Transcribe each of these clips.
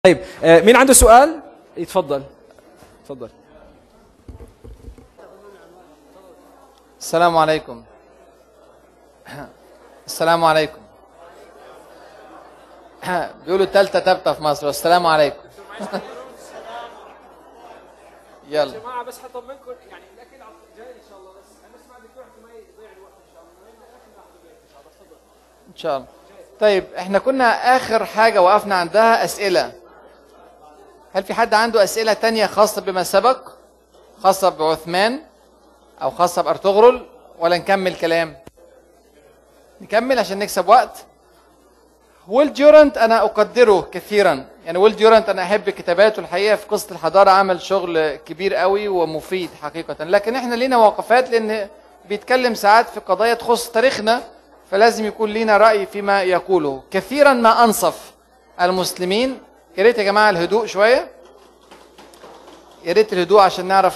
طيب مين عنده سؤال يتفضل. تفضل. السلام عليكم. السلام عليكم. بيقولوا التالتة تابتة في مصر. السلام عليكم. يلا يا جماعه بس هطمنكم يعني الاكل جاي ان شاء الله، بس هنسمع دكتور ما يضيع الوقت ان شاء الله. ان شاء الله. تفضل. ان شاء الله. طيب احنا كنا اخر حاجة وقفنا عندها اسئلة. هل في حد عنده اسئلة تانية خاصة بما سبق، خاصة بعثمان او خاصة بارطغرل، ولا نكمل كلام؟ نكمل عشان نكسب وقت. ويل ديورانت انا اقدره كثيرا، يعني ويل ديورانت انا احب كتاباته الحقيقه. في قصه الحضاره عمل شغل كبير قوي ومفيد حقيقه، لكن احنا لينا وقفات لان بيتكلم ساعات في قضايا تخص تاريخنا، فلازم يكون لينا راي فيما يقوله. كثيرا ما انصف المسلمين. يا ريت يا جماعه الهدوء شويه، يا ريت الهدوء عشان نعرف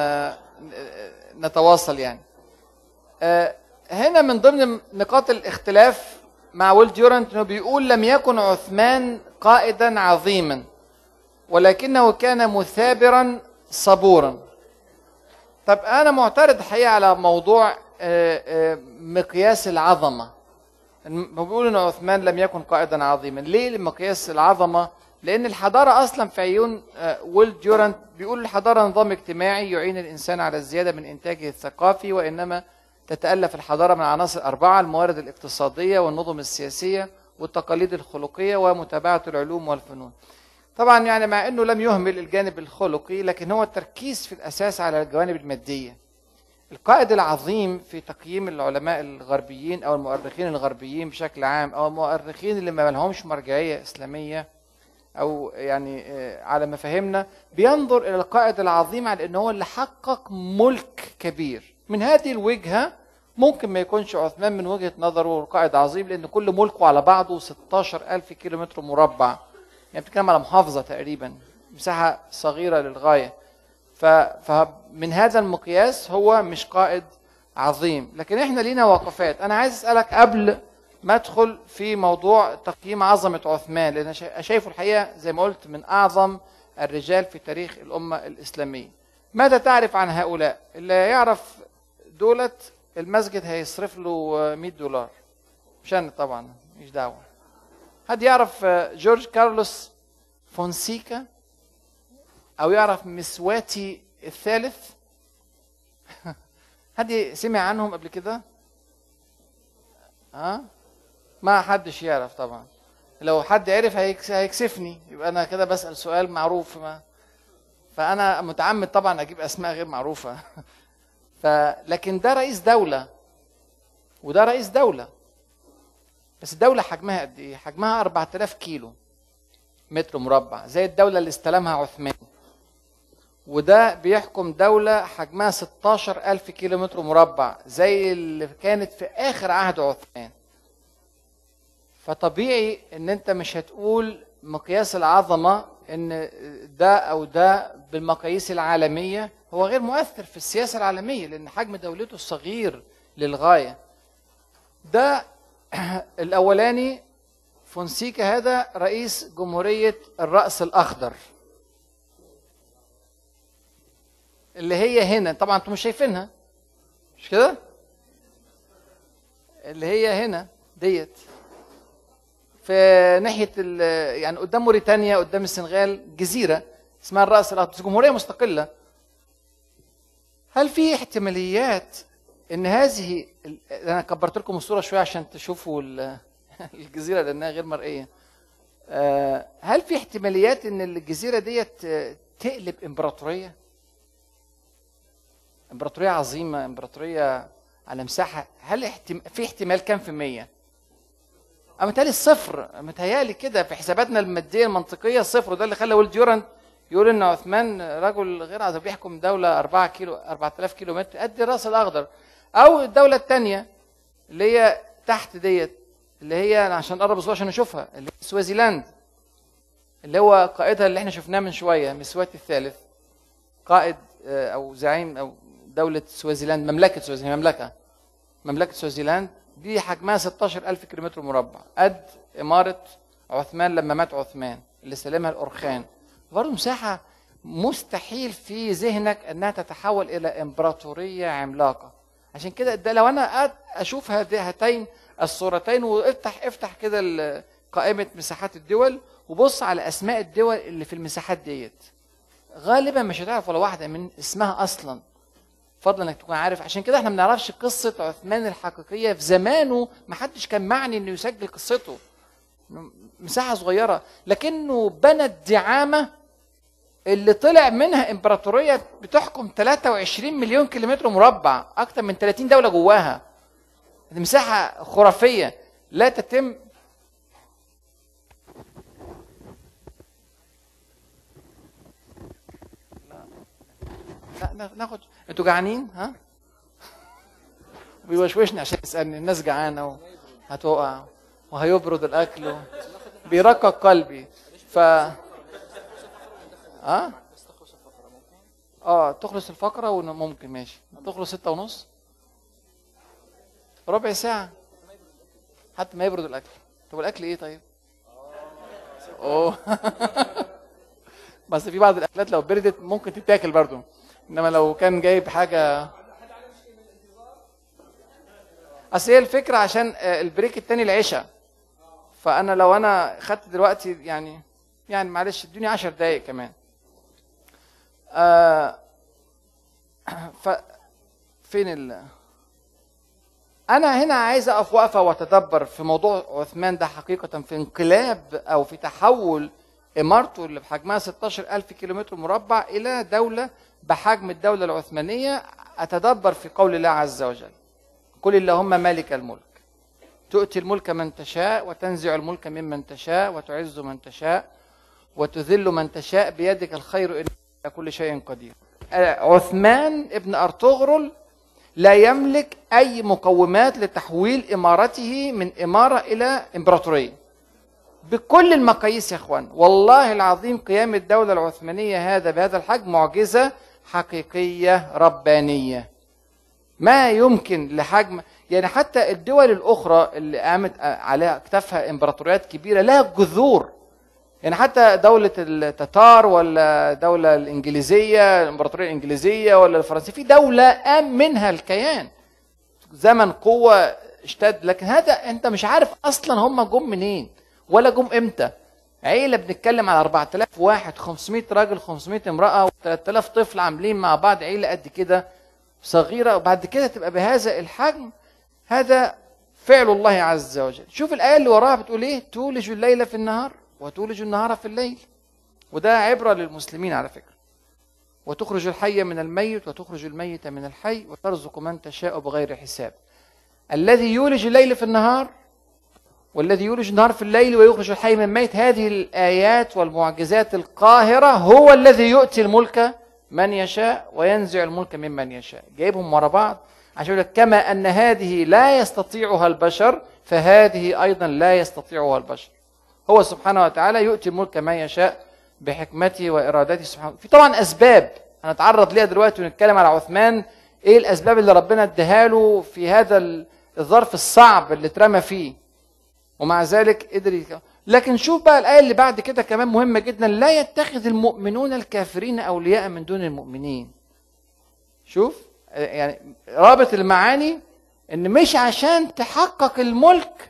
نتواصل يعني. هنا من ضمن نقاط الاختلاف مع ويل ديورانت انه بيقول لم يكن عثمان قائدا عظيما ولكنه كان مثابرا صبورا. طب انا معترض الحقيقه على موضوع مقياس العظمه. هو بيقول ان عثمان لم يكن قائدا عظيما. ليه مقياس العظمه؟ لان الحضاره اصلا في عيون ويل ديورانت بيقول الحضاره نظام اجتماعي يعين الانسان على الزياده من انتاجه الثقافي، وانما تتألف الحضارة من عناصر 4: الموارد الاقتصادية والنظم السياسية والتقاليد الخلقية ومتابعة العلوم والفنون. طبعا يعني مع أنه لم يهمل الجانب الخلقي، لكن هو التركيز في الأساس على الجوانب المادية. القائد العظيم في تقييم العلماء الغربيين أو المؤرخين الغربيين بشكل عام، أو المؤرخين اللي ما لهمش مرجعية إسلامية أو يعني على ما فهمنا، بينظر إلى القائد العظيم على أنه هو اللي حقق ملك كبير. من هذه الوجهة ممكن ما يكونش عثمان من وجهة نظره قائد عظيم، لأن كل ملكه على بعضه 16,000 كيلومتر مربع، يعني بتتكلم على محافظة تقريبا، مساحة صغيرة للغاية. فمن هذا المقياس هو مش قائد عظيم. لكن احنا لينا وقفات. أنا عايز أسألك قبل ما أدخل في موضوع تقييم عظمة عثمان، لأن شايفه الحقيقة زي ما قلت من أعظم الرجال في تاريخ الأمة الإسلامية. ماذا تعرف عن هؤلاء؟ اللي يعرف دولت المسجد هيصرف له $100، مش انا طبعا، مش دعوه. حد يعرف جورج كارلوس فونسيكا او يعرف مسواتي الثالث؟ حد سمع عنهم قبل كده؟ ما حدش يعرف طبعا. لو حد عرف هيكسفني، يبقى انا كده بسأل سؤال معروف. فانا متعمد طبعا اجيب اسماء غير معروفه. لكن ده رئيس دولة وده رئيس دولة، بس الدولة حجمها قد ايه؟ حجمها 4000 كيلو متر مربع، زي الدولة اللي استلمها عثمان. وده بيحكم دولة حجمها 16,000 كيلو متر مربع، زي اللي كانت في آخر عهد عثمان. فطبيعي ان انت مش هتقول مقياس العظمة ان ده او ده بالمقاييس العالمية. هو غير مؤثر في السياسة العالمية لأن حجم دولته صغير للغاية. ده الأولاني فونسيكا، هذا رئيس جمهورية الرأس الأخضر اللي هي هنا. طبعا انتم مش شايفينها، مش كده؟ اللي هي هنا ديت في ناحية يعني قدام موريتانيا، قدام السنغال، جزيرة اسمها الرأس الأخضر، جمهورية مستقلة. هل في احتماليات ان هذه، انا كبرت لكم الصوره شويه عشان تشوفوا الجزيره لانها غير مرئيه، هل في احتماليات ان الجزيره ديت تقلب امبراطوريه عظيمه، امبراطوريه على مساحه؟ هل في احتمال كام في المية؟ متهيألي الصفر، متهيألي كده في حساباتنا الماديه المنطقيه صفر. وده اللي خلى ويل ديورانت يقول ان عثمان رجل غير عظيم بيحكم دوله 4000 كيلو متر قد الراس الاخضر. او الدوله الثانيه اللي هي تحت ديت، اللي هي عشان نقرب الصوره عشان نشوفها، اللي هي سوازيلاند، اللي هو قائدها اللي احنا شفناه من شويه، مسواتي الثالث، قائد او زعيم او دوله سوازيلاند، مملكه سوازيلاند. دي حجمها 16,000 كيلو متر مربع، قد اماره عثمان لما مات عثمان. اللي سلمها الأرخان. برضه مساحة مستحيل في ذهنك أنها تتحول إلى إمبراطورية عملاقة. عشان كده ده لو أنا أشوف هاتين الصورتين، افتح كده قائمة مساحات الدول وبص على أسماء الدول اللي في المساحات ديت، غالبا مش هتعرف ولا واحدة من اسمها أصلا، فضلا انك تكون عارف. عشان كده احنا ما بنعرفش قصة عثمان الحقيقية في زمانه، ما حدش كان معني انه يسجل قصته، مساحة صغيرة، لكنه بنى الدعامة اللي طلع منها امبراطورية بتحكم 23 مليون كيلومتر مربع، اكتر من 30 دولة جواها. دي مساحة خرافية لا تتم. لا ناخد، انتوا جعانين؟ ها؟ بيوشوشني عشان يسألني، الناس جعانة وهتقع وهيبرد الأكل بيرقق قلبي. تخلص الفقرة وممكن ماشي تخلص 6:30 ربع ساعة حتى ما يبرد الأكل. طب الأكل إيه طيب؟ بس في بعض الأكلات لو بردت ممكن تتاكل برضو، إنما لو كان جايب حاجة. أصل هي الفكرة عشان البريك التاني العشاء، فأنا لو أنا خدت دلوقتي يعني معلش ادوني 10 دقايق كمان. فين أنا هنا عايز أقف وقفة وأتدبر في موضوع عثمان ده حقيقة، في انقلاب أو في تحول إمارته اللي بحجمها 16,000 كيلومتر مربع إلى دولة بحجم الدولة العثمانية. أتدبر في قول الله عز وجل: قل اللهم مالك الملك تؤتي الملك من تشاء وتنزع الملك ممن تشاء وتعز من تشاء وتذل من تشاء بيدك الخير إنك على كل شيء قدير. عثمان ابن أرطغرل لا يملك أي مقومات لتحويل إمارته من إمارة إلى إمبراطورية بكل المقاييس يا إخوان. والله العظيم قيام الدولة العثمانية بهذا الحجم معجزة حقيقية ربانية، ما يمكن لحجم. يعني حتى الدول الأخرى اللي قامت عليها اكتافها إمبراطوريات كبيرة لها جذور، يعني حتى دولة التتار ولا الدولة الإنجليزية الإمبراطورية الإنجليزية ولا الفرنسية، في دولة قام منها الكيان زمن قوة اشتد، لكن هذا أنت مش عارف أصلا هم جم منين ولا جم إمتى. عيلة بنتكلم على 4000 واحد، 500 راجل 500 امرأة و3000 طفل عاملين مع بعض عيلة قد كده صغيرة، وبعد كده تبقى بهذا الحجم. هذا فعل الله عز وجل. شوف الآية اللي وراها بتقول إيه: تولج الليل في النهار وتولج النهار في الليل. وده عبرة للمسلمين على فكرة. وتخرج الحي من الميت وتخرج الميت من الحي وترزق من تشاء بغير حساب. الذي يولج الليل في النهار والذي يولج النهار في الليل ويخرج الحي من الميت، هذه الآيات والمعجزات القاهرة. هو الذي يؤتي الملك من يشاء وينزع الملك ممن يشاء. جايبهم ورا بعض عشان يقول لك كما أن هذه لا يستطيعها البشر فهذه أيضا لا يستطيعها البشر. هو سبحانه وتعالى يؤتي الملك من يشاء بحكمته وإرادته سبحانه. في طبعا أسباب هنتعرض ليها دلوقتي ونتكلم على عثمان، إيه الأسباب اللي ربنا اداها له في هذا الظرف الصعب اللي اترمى فيه، ومع ذلك قدر. لكن شوف بقى الآية اللي بعد كده كمان مهمة جدا: لا يتخذ المؤمنون الكافرين أولياء من دون المؤمنين. شوف يعني رابط المعاني، ان مش عشان تحقق الملك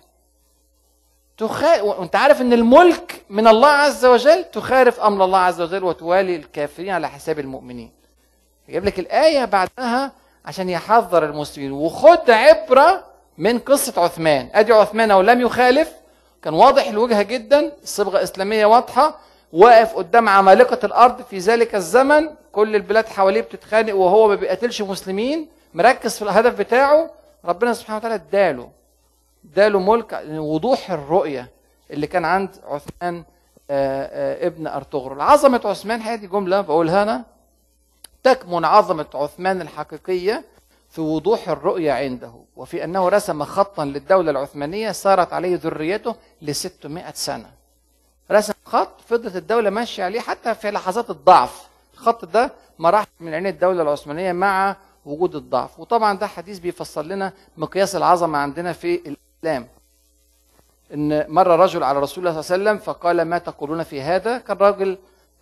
وانت عارف ان الملك من الله عز وجل تخالف امر الله عز وجل وتوالي الكافرين على حساب المؤمنين. يجيب لك الآية بعدها عشان يحذر المسلمين. وخد عبرة من قصة عثمان. ادي عثمان ولم يخالف، كان واضح الوجهة جدا، الصبغة إسلامية واضحة، واقف قدام عمالقة الأرض في ذلك الزمن، كل البلاد حواليه بتتخانق وهو ما بيقاتلش مسلمين، مركز في الهدف بتاعه. ربنا سبحانه وتعالى اداله ملك، وضوح الرؤية اللي كان عند عثمان ابن أرطغرل. عظمة عثمان، هذه جملة بقولها أنا: تكمن عظمة عثمان الحقيقية في وضوح الرؤية عنده، وفي أنه رسم خطا للدولة العثمانية سارت عليه ذريته ل600 سنة. رسم خط فضلت الدولة ماشية عليه حتى في لحظات الضعف. الخط ده ما راح من عين الدولة العثمانية مع وجود الضعف. وطبعا ده حديث بيفسر لنا مقياس العظمة عندنا في الإسلام. ان مر رجل على رسول الله صلى الله عليه وسلم فقال ما تقولون في هذا؟ كان راجل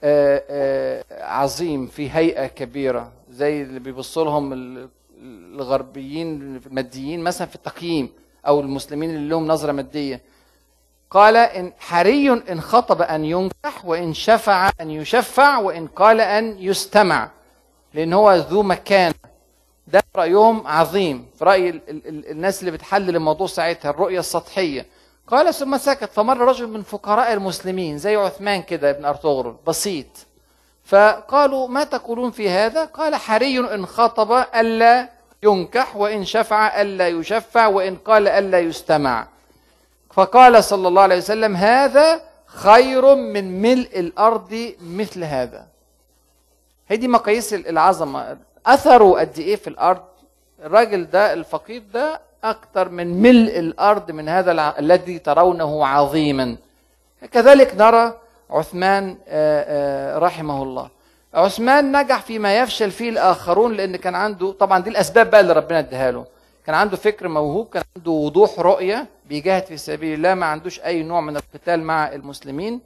عظيم في هيئه كبيره زي اللي بيبص لهم الغربيين الماديين مثلا في التقييم، او المسلمين اللي لهم نظره ماديه. قال إن حري إن خطب أن ينكح، وإن شفع أن يشفع، وإن قال أن يستمع، لأن هو ذو مكان. ده رأيهم عظيم في رأي الناس اللي بتحلل الموضوع ساعتها، الرؤية السطحية. قال ثم سكت، فمر رجل من فقراء المسلمين زي عثمان كده ابن أرطغرل بسيط، فقالوا ما تقولون في هذا؟ قال حري إن خطب ألا ينكح، وإن شفع ألا يشفع، وإن قال ألا يستمع. فقال صلى الله عليه وسلم هذا خير من ملء الأرض مثل هذا. هي دي مقاييس العظمة، أثره قد إيه في الأرض. الراجل ده الفقير ده أكثر من ملء الأرض من هذا الذي ترونه عظيما. كذلك نرى عثمان رحمه الله. عثمان نجح فيما يفشل فيه الآخرون، لأن كان عنده، طبعا دي الأسباب بقى اللي ربنا اداها له، كان عنده فكر موهوب، كان عنده وضوح رؤية، بيجاهد في سبيل الله، ما عندوش أي نوع من القتال مع المسلمين.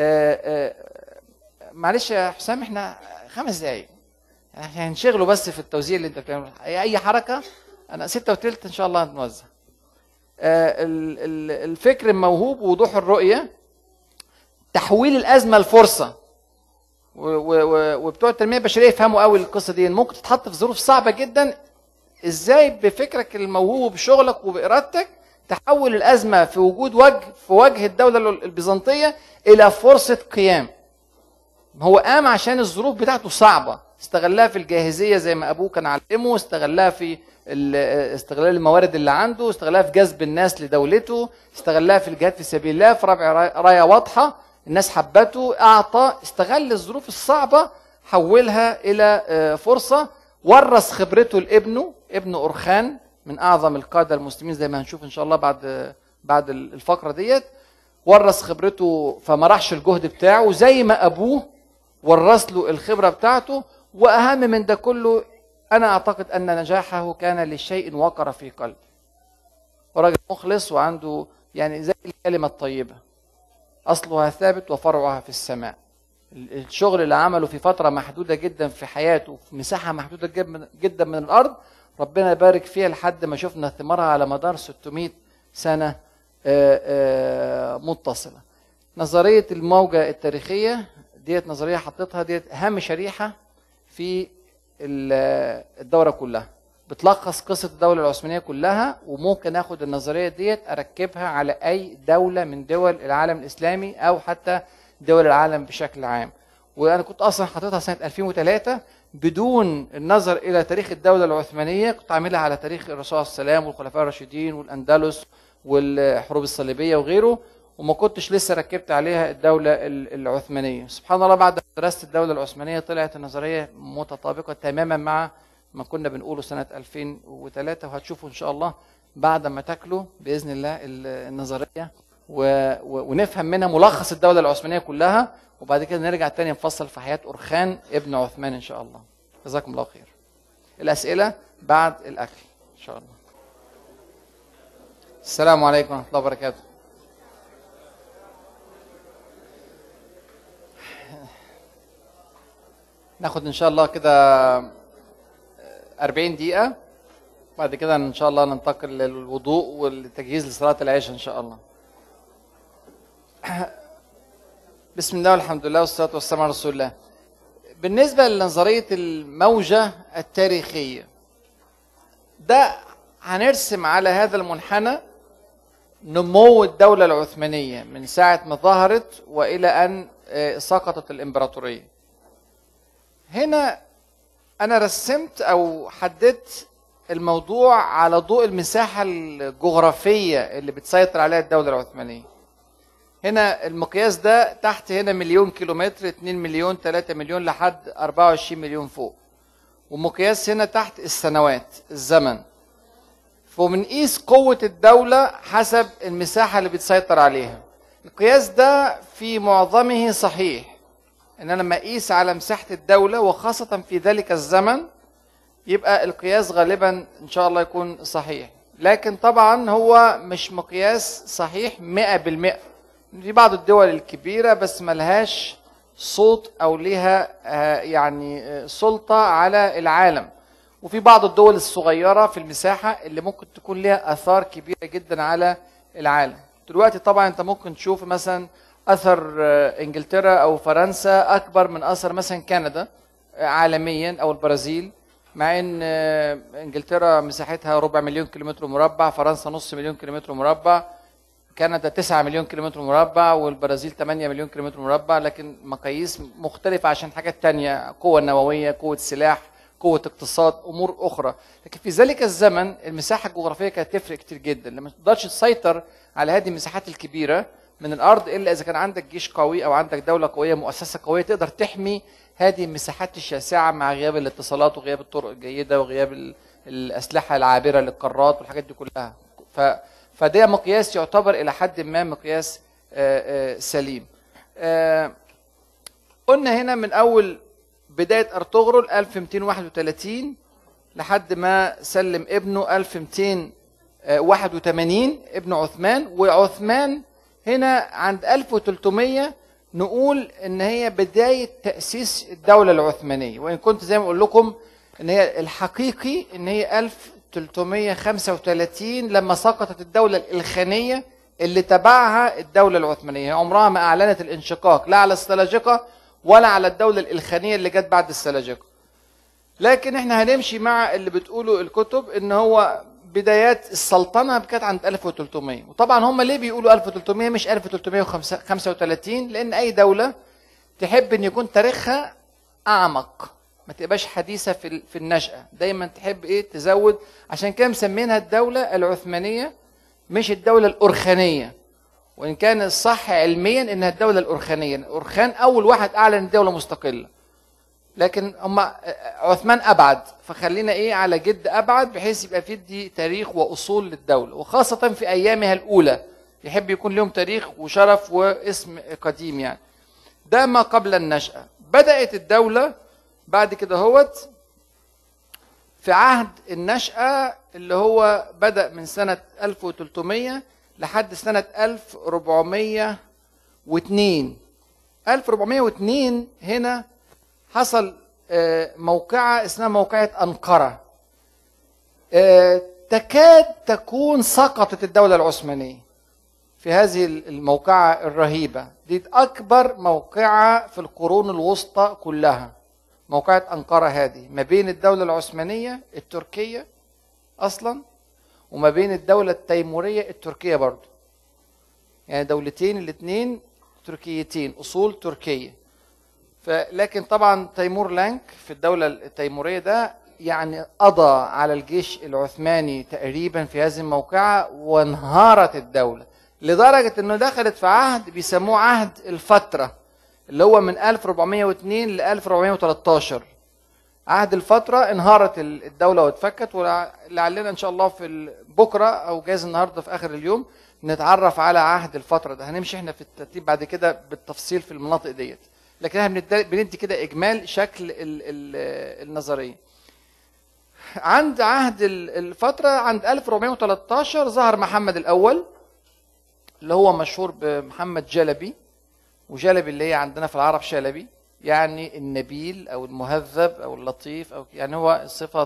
معلش يا حسام احنا 5 دقايق هنشغله بس في التوزيع اللي انت بتعمله، أي حركة. أنا 6:15 إن شاء الله هنوزع. الفكر الموهوب ووضوح الرؤية، تحويل الأزمة لفرصة. وبتوع التنمية البشرية يفهموا قوي القصة دي، ممكن تتحط في ظروف صعبة جدا، ازاي بفكرك الموهوب وبشغلك وبإرادتك تحول الأزمة في وجه الدولة البيزنطية إلى فرصة قيام. هو قام عشان الظروف بتاعته صعبة، استغلها في الجاهزية زي ما أبوه كان علمه، استغلها في استغلال الموارد اللي عنده، استغلها في جذب الناس لدولته، استغلها في الجهاد في سبيل الله، في رفع راية واضحة الناس حبته، أعطى، استغل الظروف الصعبة حولها إلى فرصة. ورث خبرته لابنه، ابن أرخان من أعظم القادة المسلمين زي ما هنشوف إن شاء الله بعد الفقرة ديت. ورث خبرته فما راحش الجهد بتاعه، زي ما أبوه ورث له الخبرة بتاعته. وأهم من ده كله، أنا أعتقد أن نجاحه كان لشيء وقر في قلبه. وراجل مخلص وعنده يعني زي الكلمة الطيبة، أصلها ثابت وفرعها في السماء. الشغل اللي عمله في فترة محدودة جدا في حياته، في مساحة محدودة جدا من الأرض، ربنا يبارك فيها لحد ما شفنا ثمارها على مدار 600 سنة متصلة. نظرية الموجة التاريخية ديت نظرية حطيتها، ديت أهم شريحة في الدورة كلها، بتلخص قصة الدولة العثمانية كلها. وممكن اخد النظرية ديت اركبها على اي دولة من دول العالم الاسلامي او حتى دول العالم بشكل عام. وانا كنت اصلا حاططها سنة 2003 بدون النظر الى تاريخ الدولة العثمانية، كنت عاملها على تاريخ الرسول صلى الله عليه وسلم والخلفاء الراشدين والاندلس والحروب الصليبية وغيره، وما كنتش لسه ركبت عليها الدولة العثمانية. سبحان الله، بعد دراسة الدولة العثمانية طلعت النظرية متطابقة تماما مع ما كنا بنقوله سنة 2003. وهتشوفوا إن شاء الله بعد ما تاكلوا بإذن الله النظرية ونفهم منها ملخص الدولة العثمانية كلها، وبعد كده نرجع تاني نفصل في حياة أرخان ابن عثمان إن شاء الله. جزاكم الله خير. الأسئلة بعد الأكل إن شاء الله. السلام عليكم ورحمة الله وبركاته. ناخد إن شاء الله كده 40 دقيقة، بعد كده إن شاء الله ننتقل للوضوء والتجهيز لصلاة العشاء إن شاء الله. بسم الله والحمد لله والصلاة والسلام على رسول الله. بالنسبة لنظرية الموجة التاريخية، ده هنرسم على هذا المنحنى نمو الدولة العثمانية من ساعة ما ظهرت وإلى أن سقطت الإمبراطورية. هنا أنا رسمت أو حددت الموضوع على ضوء المساحة الجغرافية اللي بتسيطر عليها الدولة العثمانية. هنا المقياس ده تحت، هنا 1,000,000 كيلومتر، 2 مليون، 3 مليون، لحد 24 مليون فوق. ومقياس هنا تحت السنوات، الزمن. فبنقيس قوة الدولة حسب المساحة اللي بتسيطر عليها. القياس ده في معظمه صحيح، ان انا لما اقيس على مساحة الدولة وخاصة في ذلك الزمن يبقى القياس غالبا ان شاء الله يكون صحيح. لكن طبعا هو مش مقياس صحيح 100%. في بعض الدول الكبيرة بس ملهاش صوت أو ليها يعني سلطة على العالم، وفي بعض الدول الصغيرة في المساحة اللي ممكن تكون ليها آثار كبيرة جدا على العالم. دلوقتي طبعا أنت ممكن تشوف مثلا أثر إنجلترا أو فرنسا أكبر من أثر مثلا كندا عالميا أو البرازيل، مع ان انجلترا مساحتها 400,000 كيلومتر مربع، فرنسا نص مليون كيلومتر مربع، كندا 9 مليون كيلومتر مربع، والبرازيل 8 مليون كيلومتر مربع، لكن مقاييس مختلفة عشان حاجات تانية، قوة نووية، قوة سلاح، قوة اقتصاد، امور اخرى. لكن في ذلك الزمن المساحة الجغرافية كانت تفرق كتير جدا، لما تقدرش تسيطر على هذه المساحات الكبيرة من الارض الا اذا كان عندك جيش قوي او عندك دولة قوية، مؤسسة قوية تقدر تحمي هذه المساحات الشاسعة مع غياب الاتصالات وغياب الطرق الجيدة وغياب الأسلحة العابرة للقارات والحاجات دي كلها. فده مقياس يعتبر إلى حد ما مقياس سليم. قلنا هنا من أول بداية أرطغرل 1231 لحد ما سلم ابنه 1281 ابن عثمان، وعثمان هنا عند 1300 نقول ان هي بداية تأسيس الدولة العثمانية، وان كنت زي ما اقول لكم ان هي الحقيقي ان هي 1335 لما سقطت الدولة الإلخانية اللي تبعها الدولة العثمانية. عمرها ما اعلنت الانشقاق لا على السلاجقة ولا على الدولة الإلخانية اللي جت بعد السلاجقة. لكن احنا هنمشي مع اللي بتقوله الكتب ان هو بدايات السلطنة كانت عند 1300. وطبعا هم ليه بيقولوا 1300 مش 1335؟ لأن أي دولة تحب أن يكون تاريخها أعمق، ما تبقاش حديثة في النشأة، دايما تحب إيه تزود. عشان كده مسمينها الدولة العثمانية مش الدولة الأرخانية، وإن كان الصح علميا إنها الدولة الأرخانية. الأرخان أول واحد أعلن الدولة مستقلة، لكن هم عثمان أبعد، فخلينا إيه على جد أبعد بحيث يبقى في دي تاريخ وأصول للدولة، وخاصة في أيامها الأولى يحب يكون لهم تاريخ وشرف واسم قديم. يعني ده ما قبل النشأة. بدأت الدولة بعد كده هوت في عهد النشأة اللي هو بدأ من سنة 1300 لحد سنة 1402. 1402 هنا حصل موقعة اسمها موقعة أنقرة، تكاد تكون سقطت الدولة العثمانية في هذه الموقعة الرهيبة دي. أكبر موقعة في القرون الوسطى كلها موقعة أنقرة هذه، ما بين الدولة العثمانية التركية أصلا وما بين الدولة التيمورية التركية برضو، يعني دولتين الاثنين تركيتين أصول تركية. لكن طبعا تيمور لانك في الدولة التيمورية ده يعني قضى على الجيش العثماني تقريبا في هذه الموقعة، وانهارت الدولة لدرجة انه دخلت في عهد بيسموه عهد الفترة اللي هو من 1402 ل 1413. عهد الفترة انهارت الدولة واتفكت، ولعلنا ان شاء الله في بكرة او جايز النهاردة في اخر اليوم نتعرف على عهد الفترة ده. هنمشي احنا في الترتيب بعد كده بالتفصيل في المناطق ديت، لكن احنا بندي كده اجمال شكل النظريه. عند عهد الفتره عند 1413 ظهر محمد الاول اللي هو مشهور بمحمد جلبي، وجلبي اللي هي عندنا في العرب شلبي، يعني النبيل او المهذب او اللطيف، او يعني هو صفه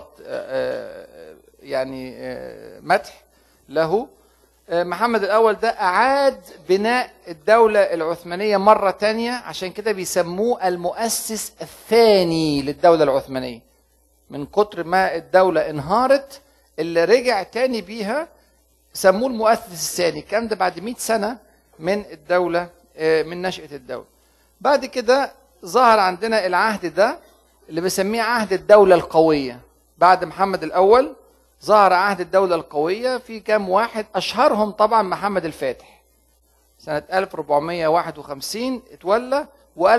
يعني مدح له. محمد الأول ده أعاد بناء الدولة العثمانية مرة تانية، عشان كده بيسموه المؤسس الثاني للدولة العثمانية، من كتر ما الدولة انهارت اللي رجع تاني بيها سموه المؤسس الثاني. الكلام ده بعد 100 سنة من الدولة، من نشأة الدولة. بعد كده ظهر عندنا العهد ده اللي بسميه عهد الدولة القوية. بعد محمد الأول ظهر عهد الدولة القوية في كام واحد، أشهرهم طبعا محمد الفاتح سنة 1451 اتولى،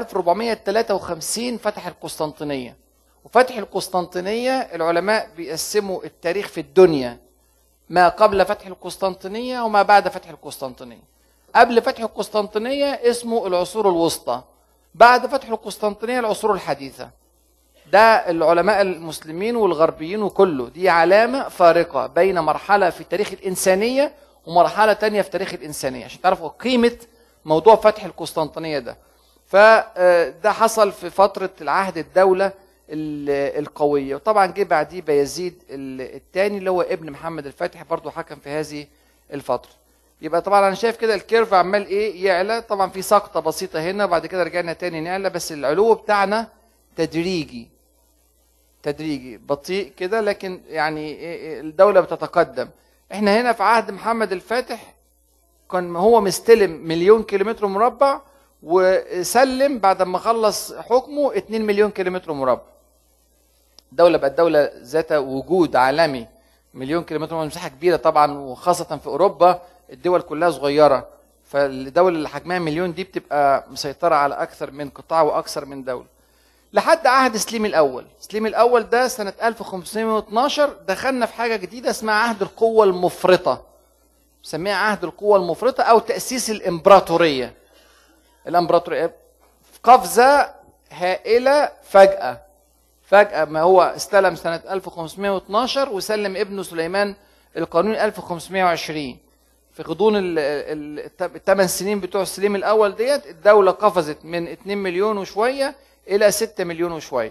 و1453 فتح القسطنطينية. وفتح القسطنطينية العلماء بيقسموا التاريخ في الدنيا ما قبل فتح القسطنطينية وما بعد فتح القسطنطينية. قبل فتح القسطنطينية اسمه العصور الوسطى، بعد فتح القسطنطينية العصور الحديثة. ده العلماء المسلمين والغربيين وكله، دي علامة فارقة بين مرحلة في تاريخ الإنسانية ومرحلة تانية في تاريخ الإنسانية، عشان تعرفوا قيمة موضوع فتح القسطنطينية ده. فده حصل في فترة العهد الدولة القوية، وطبعا جه بعديه بايزيد الثاني اللي هو ابن محمد الفاتح، برضه حكم في هذه الفترة. يبقى طبعا انا شايف كده الكيرف عمال ايه يعلى، طبعا في سقطة بسيطة هنا وبعد كده رجعنا تاني نعلى، بس العلو بتاعنا تدريجي بطيء كده، لكن يعني الدولة بتتقدم. احنا هنا في عهد محمد الفاتح كان هو مستلم 1,000,000 كيلومتر مربع، وسلم بعد ما خلص حكمه 2 مليون كيلومتر مربع. الدولة بقت دولة ذات وجود عالمي، 1,000,000 كيلومتر مربع مساحة كبيرة طبعا، وخاصة في أوروبا الدول كلها صغيرة، فالدولة اللي حجمها 1,000,000 دي بتبقى مسيطرة على أكثر من قطاع وأكثر من دولة. لحد عهد سليم الأول. سليم الأول ده سنة 1512 دخلنا في حاجة جديدة اسمها عهد القوة المفرطة، بنسميها عهد القوة المفرطة أو تأسيس الإمبراطورية. الإمبراطورية قفزة هائلة فجأة، ما هو استلم سنة 1512 وسلم ابنه سليمان القانوني 1520. في غضون ال8 سنين بتوع سليم الأول ديت الدولة قفزت من 2 مليون وشوية إلى 6 مليون وشوية،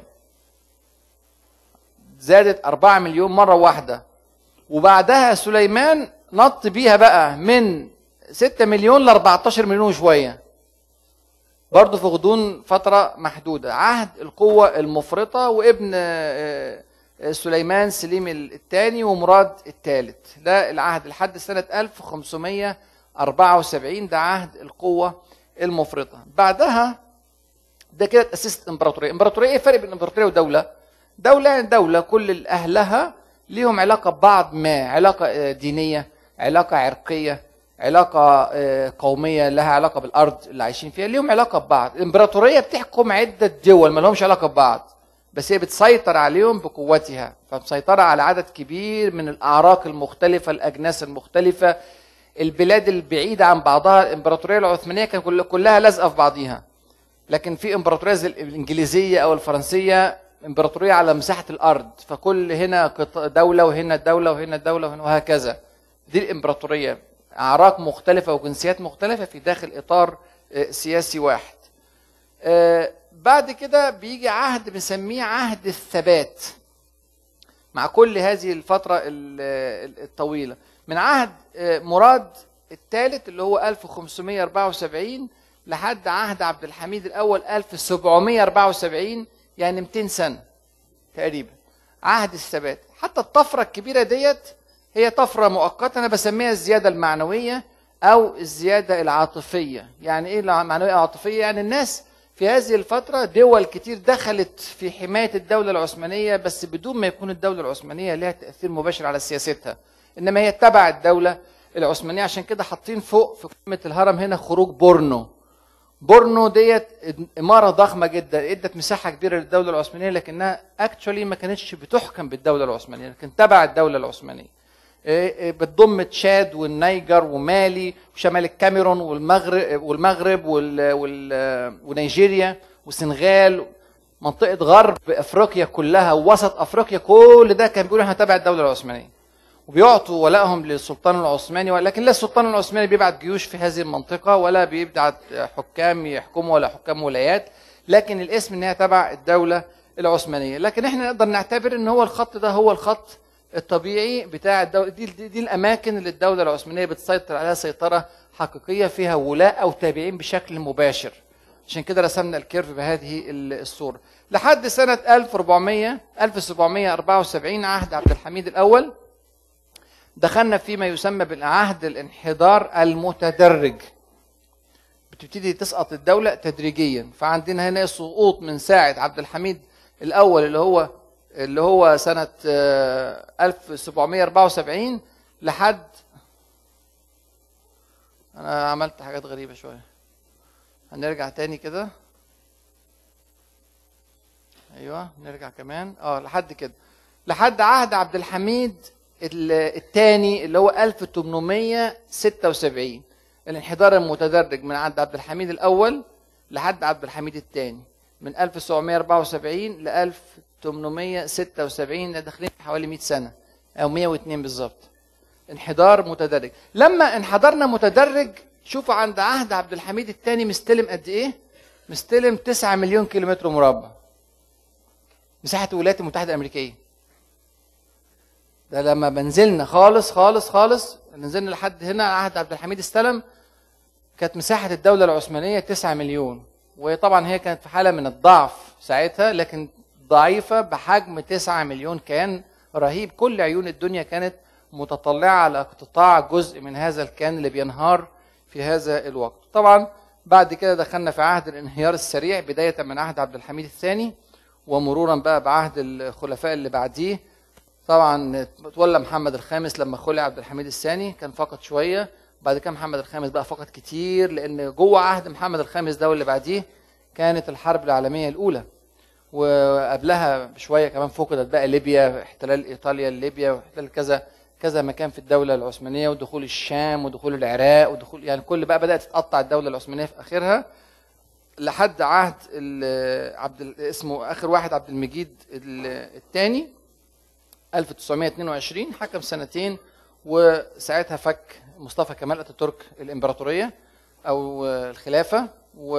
زادت 4 مليون مرة واحدة. وبعدها سليمان نط بيها بقى من 6 مليون ل 14 مليون وشوية، برضه في غضون فترة محدودة. عهد القوة المفرطة، وابن سليمان سليم الثاني ومراد الثالث، ده العهد لحد سنة 1574، ده عهد القوة المفرطة. بعدها ده كده تأسست امبراطورية. امبراطورية ايه الفرق بين امبراطورية ودولة؟ دولة يعني دولة كل أهلها ليهم علاقة ببعض، ما علاقة دينية، علاقة عرقية، علاقة قومية، لها علاقة بالأرض اللي عايشين فيها، ليهم علاقة ببعض. الامبراطورية بتحكم عدة دول ما لهمش علاقة ببعض، بس هي بتسيطر عليهم بقوتها، فمسيطرة على عدد كبير من الأعراق المختلفة، الأجناس المختلفة، البلاد البعيدة عن بعضها. الامبراطورية العثمانية كان كلها لازقة في بعضيها، لكن في امبراطورية زي الإنجليزية أو الفرنسية امبراطورية على مساحة الأرض، فكل هنا دولة وهنا دولة وهنا دولة وهنا وهكذا. دي الامبراطورية، أعراق مختلفة وجنسيات مختلفة في داخل إطار سياسي واحد. بعد كده بيجي عهد بنسميه عهد الثبات مع كل هذه الفترة الطويلة، من عهد مراد الثالث اللي هو 1574 لحد عهد عبد الحميد الأول 1774، يعني 200 سنة تقريبا عهد الثبات. حتى الطفرة الكبيرة ديت هي طفرة مؤقتة، أنا بسميها الزيادة المعنوية أو الزيادة العاطفية. يعني إيه معنوية عاطفية؟ يعني الناس في هذه الفترة دول كتير دخلت في حماية الدولة العثمانية، بس بدون ما يكون الدولة العثمانية لها تأثير مباشر على سياستها، إنما هي تبع الدولة العثمانية. عشان كده حاطين فوق في قمة الهرم هنا خروج بورنو ديت إمارة ضخمة جدا، ادت مساحة كبيرة للدولة العثمانية، لكنها اكشولي ما كانتش بتحكم بالدولة العثمانية، لكن تبع الدولة العثمانية. بتضم تشاد والنيجر ومالي وشمال الكاميرون والمغرب ونيجيريا والسنغال، منطقة غرب افريقيا كلها ووسط افريقيا، كل ده كان بيقولوا احنا تبع الدولة العثمانية، وبيعطوا ولائهم للسلطان العثماني. ولكن لا السلطان العثماني بيبعت جيوش في هذه المنطقة، ولا بيبعت حكام يحكموا، ولا حكام ولايات، لكن الاسم انها تبع الدولة العثمانية. لكن احنا نقدر نعتبر ان هو الخط ده هو الخط الطبيعي بتاع الدولة دي الاماكن اللي الدولة العثمانية بتسيطر عليها سيطرة حقيقية، فيها ولاء او تابعين بشكل مباشر. عشان كده رسمنا الكيرف بهذه الصورة لحد سنة 1774 عهد عبد الحميد الأول. دخلنا فيما يسمى بالعهد الانحدار المتدرج، بتبتدي تسقط الدولة تدريجيا. فعندنا هنا سقوط من ساعة عبد الحميد الأول اللي هو سنة 1774 لحد، أنا عملت حاجات غريبة شوية، هنرجع تاني كده، أيوة نرجع كمان لحد كده، لحد عهد عبد الحميد الثاني اللي هو 1876. الانحدار المتدرج من عند عبد الحميد الأول لحد عبد الحميد الثاني من 1774 ل 1876 داخلين في حوالي 100 سنة أو 102 بالظبط. انحدار متدرج. لما انحدرنا متدرج، شوفوا عند عهد عبد الحميد الثاني مستلم قد إيه؟ مستلم 9 مليون كيلومتر مربع. مساحة الولايات المتحدة الأمريكية. ده لما بنزلنا خالص خالص خالص، نزلنا لحد هنا عهد عبد الحميد استلم، كانت مساحة الدولة العثمانية 9 مليون. وطبعا هي كانت في حالة من الضعف ساعتها، لكن ضعيفة بحجم 9 مليون. كان رهيب. كل عيون الدنيا كانت متطلعة على اقتطاع جزء من هذا الكيان اللي بينهار في هذا الوقت. طبعا بعد كده دخلنا في عهد الانهيار السريع، بداية من عهد عبد الحميد الثاني ومرورا بقى بعهد الخلفاء اللي بعديه. طبعا تولى محمد الخامس لما خلع عبد الحميد الثاني، كان فقط شوية. بعد كده محمد الخامس بقى فقط كتير، لأن جوه عهد محمد الخامس ده واللي بعديه كانت الحرب العالمية الأولى، وقبلها بشوية كمان فقدت بقى ليبيا، احتلال إيطاليا لليبيا، واحتلال كذا مكان في الدولة العثمانية، ودخول الشام ودخول العراق ودخول يعني كل بقى بدأت تتقطع الدولة العثمانية في آخرها، لحد عهد اسمه آخر واحد عبد المجيد الثاني 1922. حكم سنتين، وساعتها فك مصطفى كمال اتاتورك الامبراطوريه او الخلافه،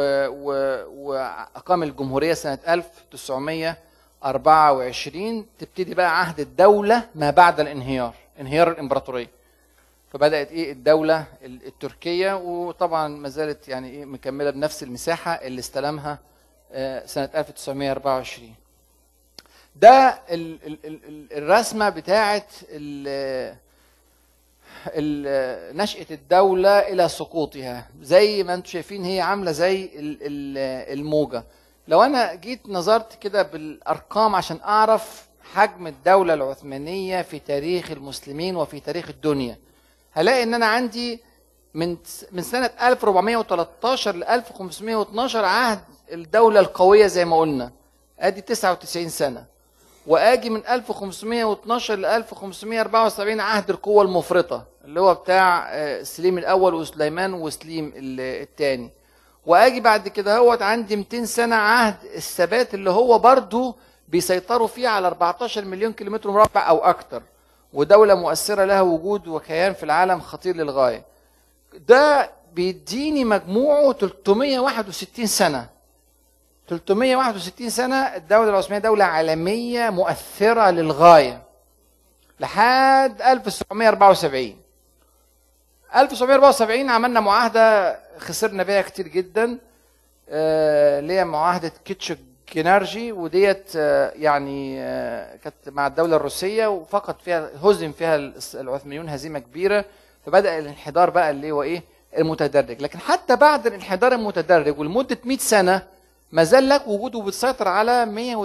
واقام الجمهوريه سنه 1924. تبتدي بقى عهد الدوله ما بعد الانهيار، انهيار الامبراطوريه. فبدات الدوله التركيه، وطبعا ما زالت يعني مكمله بنفس المساحه اللي استلمها سنه 1924. ده الرسمه بتاعه نشأة الدولة إلى سقوطها. زي ما انتم شايفين هي عاملة زي الموجة. لو أنا جيت نظرت كده بالأرقام عشان أعرف حجم الدولة العثمانية في تاريخ المسلمين وفي تاريخ الدنيا، هلاقي إن أنا عندي من سنة 1413 ل 1512 عهد الدولة القوية زي ما قلنا، أدي 99 سنة. واجي من 1512 ل 1574 عهد القوة المفرطة اللي هو بتاع سليم الاول وسليمان وسليم الثاني. واجي بعد كده هوت عندي 200 سنة عهد الثبات اللي هو برضو بيسيطروا فيه على 14 مليون كيلومتر مربع او اكتر، ودولة مؤثرة لها وجود وكيان في العالم خطير للغاية. ده بيديني مجموعه 361 سنة. 361 سنة الدولة العثمانية دولة عالمية مؤثرة للغاية لحد 1974. 1974 عملنا معاهدة خسرنا بيها كتير جدا، اللي هي معاهدة كيتشو كينارجي، وديت يعني كانت مع الدولة الروسية، وفقط فيها هزم فيها العثمانيون هزيمة كبيرة. فبدأ الانحدار بقى اللي هو المتدرج. لكن حتى بعد الانحدار المتدرج ولمدة 100 سنة ما زال لك وجوده بتسيطر على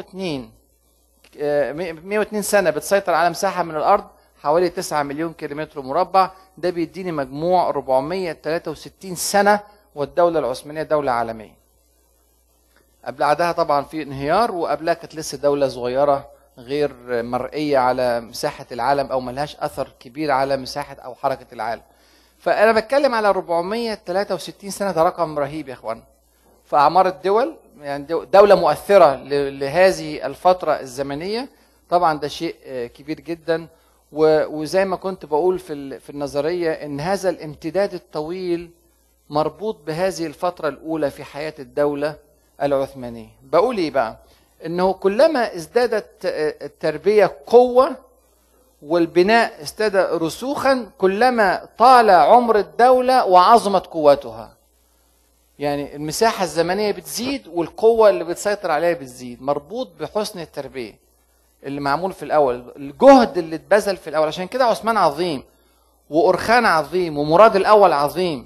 102 سنة، بتسيطر على مساحة من الأرض حوالي 9 مليون كيلومتر مربع. ده بيديني مجموع 463 سنة، والدولة العثمانية دولة عالمية. قبلها طبعا في انهيار، وقبلها كانت لسه دولة صغيرة غير مرئية على مساحة العالم، أو ملهاش أثر كبير على مساحة أو حركة العالم. فأنا بتكلم على 463 سنة، ده رقم رهيب يا إخوان. في أعمار الدول، يعني دولة مؤثرة لهذه الفترة الزمنية، طبعا ده شيء كبير جدا. وزي ما كنت بقول في النظرية، إن هذا الامتداد الطويل مربوط بهذه الفترة الأولى في حياة الدولة العثمانية. بقول إيه بقى؟ إنه كلما ازدادت التربية قوة والبناء ازداد رسوخا، كلما طال عمر الدولة وعظمت قوتها. يعني المساحة الزمنية بتزيد والقوة اللي بتسيطر عليها بتزيد، مربوط بحسن التربية اللي معمول في الأول، الجهد اللي اتبذل في الأول. عشان كده عثمان عظيم، وأرخان عظيم، ومراد الأول عظيم،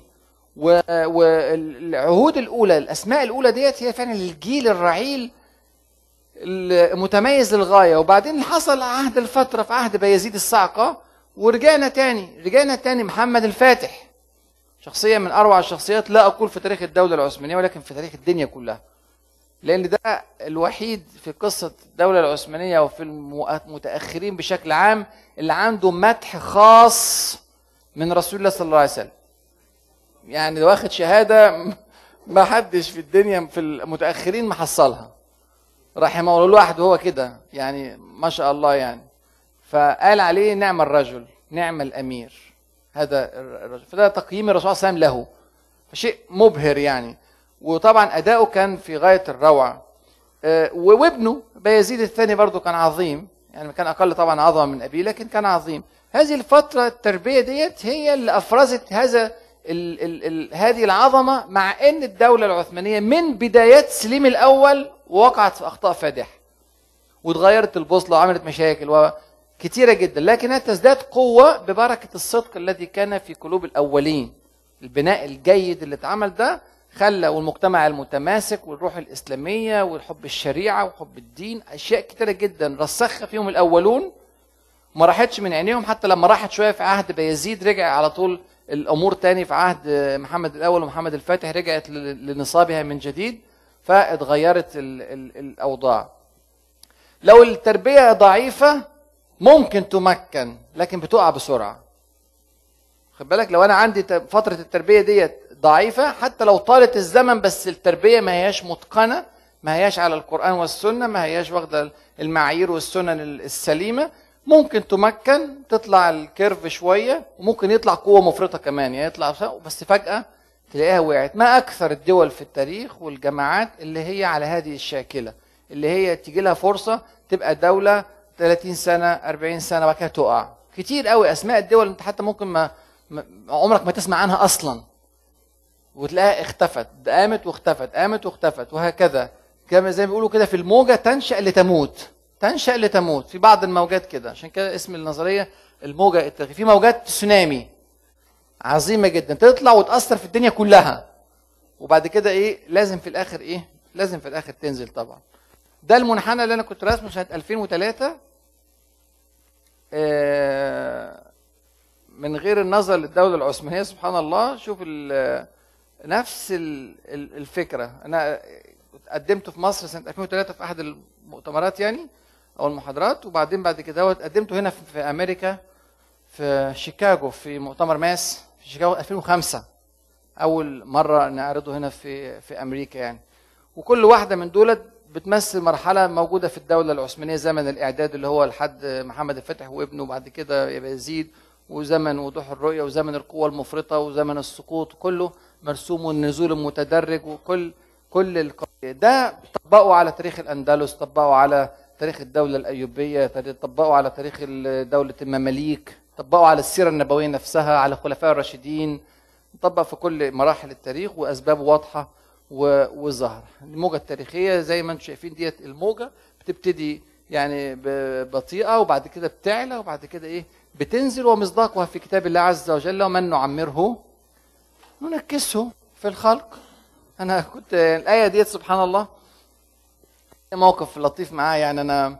والعهود الأولى، الأسماء الأولى ديت هي فعلا الجيل الرعيل المتميز للغاية. وبعدين حصل عهد الفترة في عهد بايزيد الصعقة، ورجعنا تاني محمد الفاتح، شخصية من أروع الشخصيات، لا أقول في تاريخ الدولة العثمانية ولكن في تاريخ الدنيا كلها، لأن ده الوحيد في قصة الدولة العثمانية وفي المتأخرين بشكل عام اللي عنده مدح خاص من رسول الله صلى الله عليه وسلم. يعني واخد شهادة ما حدش في الدنيا في المتأخرين محصلها. رحمه الله، لوحده هو كده يعني ما شاء الله يعني. فقال عليه نعم الرجل نعم الامير هذا الرجل. فده تقييم الرسول صلى الله عليه وسلم له، شيء مبهر يعني. وطبعا اداؤه كان في غايه الروعه. وابنه بايزيد الثاني برضه كان عظيم، يعني كان اقل طبعا عظمه من ابيه لكن كان عظيم. هذه الفتره التربيه ديت هي اللي افرزت هذا هذه العظمه، مع ان الدوله العثمانيه من بدايات سليم الاول وقعت في اخطاء فادحه واتغيرت البوصله وعملت مشاكل كثيره جدا، لكنها تزداد قوه ببركه الصدق الذي كان في قلوب الاولين. البناء الجيد اللي اتعمل ده خلى، والمجتمع المتماسك والروح الاسلاميه والحب الشريعه وحب الدين، اشياء كثيره جدا رسخها فيهم الاولون ما راحتش من عينيهم. حتى لما راحت شويه في عهد بايزيد رجع على طول الامور تاني. في عهد محمد الاول ومحمد الفاتح رجعت لنصابها من جديد، فاتغيرت الاوضاع. لو التربيه ضعيفه ممكن تمكن لكن بتقع بسرعه. خد بالك، لو انا عندي فتره التربيه ديت ضعيفه حتى لو طالت الزمن بس التربيه ما هياش متقنه، ما هياش على القرآن والسنه، ما هياش واخده المعايير والسنن السليمه، ممكن تمكن تطلع الكيرف شويه وممكن يطلع قوه مفرطه كمان، يعني يطلع بس فجاه تلاقيها وقعت. ما اكثر الدول في التاريخ والجماعات اللي هي على هذه الشاكله، اللي هي تيجي لها فرصه تبقى دوله 30 سنه 40 سنه وبعد كده تقع. كتير قوي اسماء الدول انت حتى ممكن ما عمرك ما تسمع عنها اصلا، وتلاقيها اختفت، قامت واختفت، قامت واختفت، وهكذا. كما زي ما بيقولوا كده في الموجه تنشأ لتموت، تنشأ لتموت في بعض الموجات كده. عشان كده اسم النظريه الموجه التاريخيه. في موجات تسونامي عظيمه جدا تطلع وتأثر في الدنيا كلها، وبعد كده ايه لازم في الاخر ايه، لازم في الاخر تنزل طبعا. ده المنحنى اللي انا كنت راسمه سنه 2003 من غير النظر للدوله العثمانيه. سبحان الله، شوف نفس الفكره. انا قدمته في مصر سنه 2003 في احد المؤتمرات يعني او المحاضرات، وبعدين بعد كده قدمته هنا في امريكا في شيكاغو في مؤتمر ماس في شيكاغو 2005، اول مره نعرضه هنا في امريكا يعني. وكل واحده من دولت بتمثل مرحله موجوده في الدوله العثمانيه، زمن الاعداد اللي هو لحد محمد الفاتح وابنه، وبعد كده يزيد، وزمن وضوح الرؤيه، وزمن القوه المفرطه، وزمن السقوط، كله مرسوم، والنزول المتدرج، وكل ده طبقوا على تاريخ الاندلس، طبقوا على تاريخ الدوله الايوبيه، طبقوا على تاريخ دوله المماليك، طبقوا على السيره النبويه نفسها، على الخلفاء الراشدين، طبق في كل مراحل التاريخ واسباب واضحه وظاهره. الموجه التاريخيه زي ما انتم شايفين ديت، الموجه بتبتدي يعني بطيئه وبعد كده بتعلى وبعد كده ايه بتنزل، ومصداقها في كتاب الله عز وجل: ومن نعمره ننكسه في الخلق. انا كنت الايه ديت سبحان الله موقف لطيف معايا يعني. انا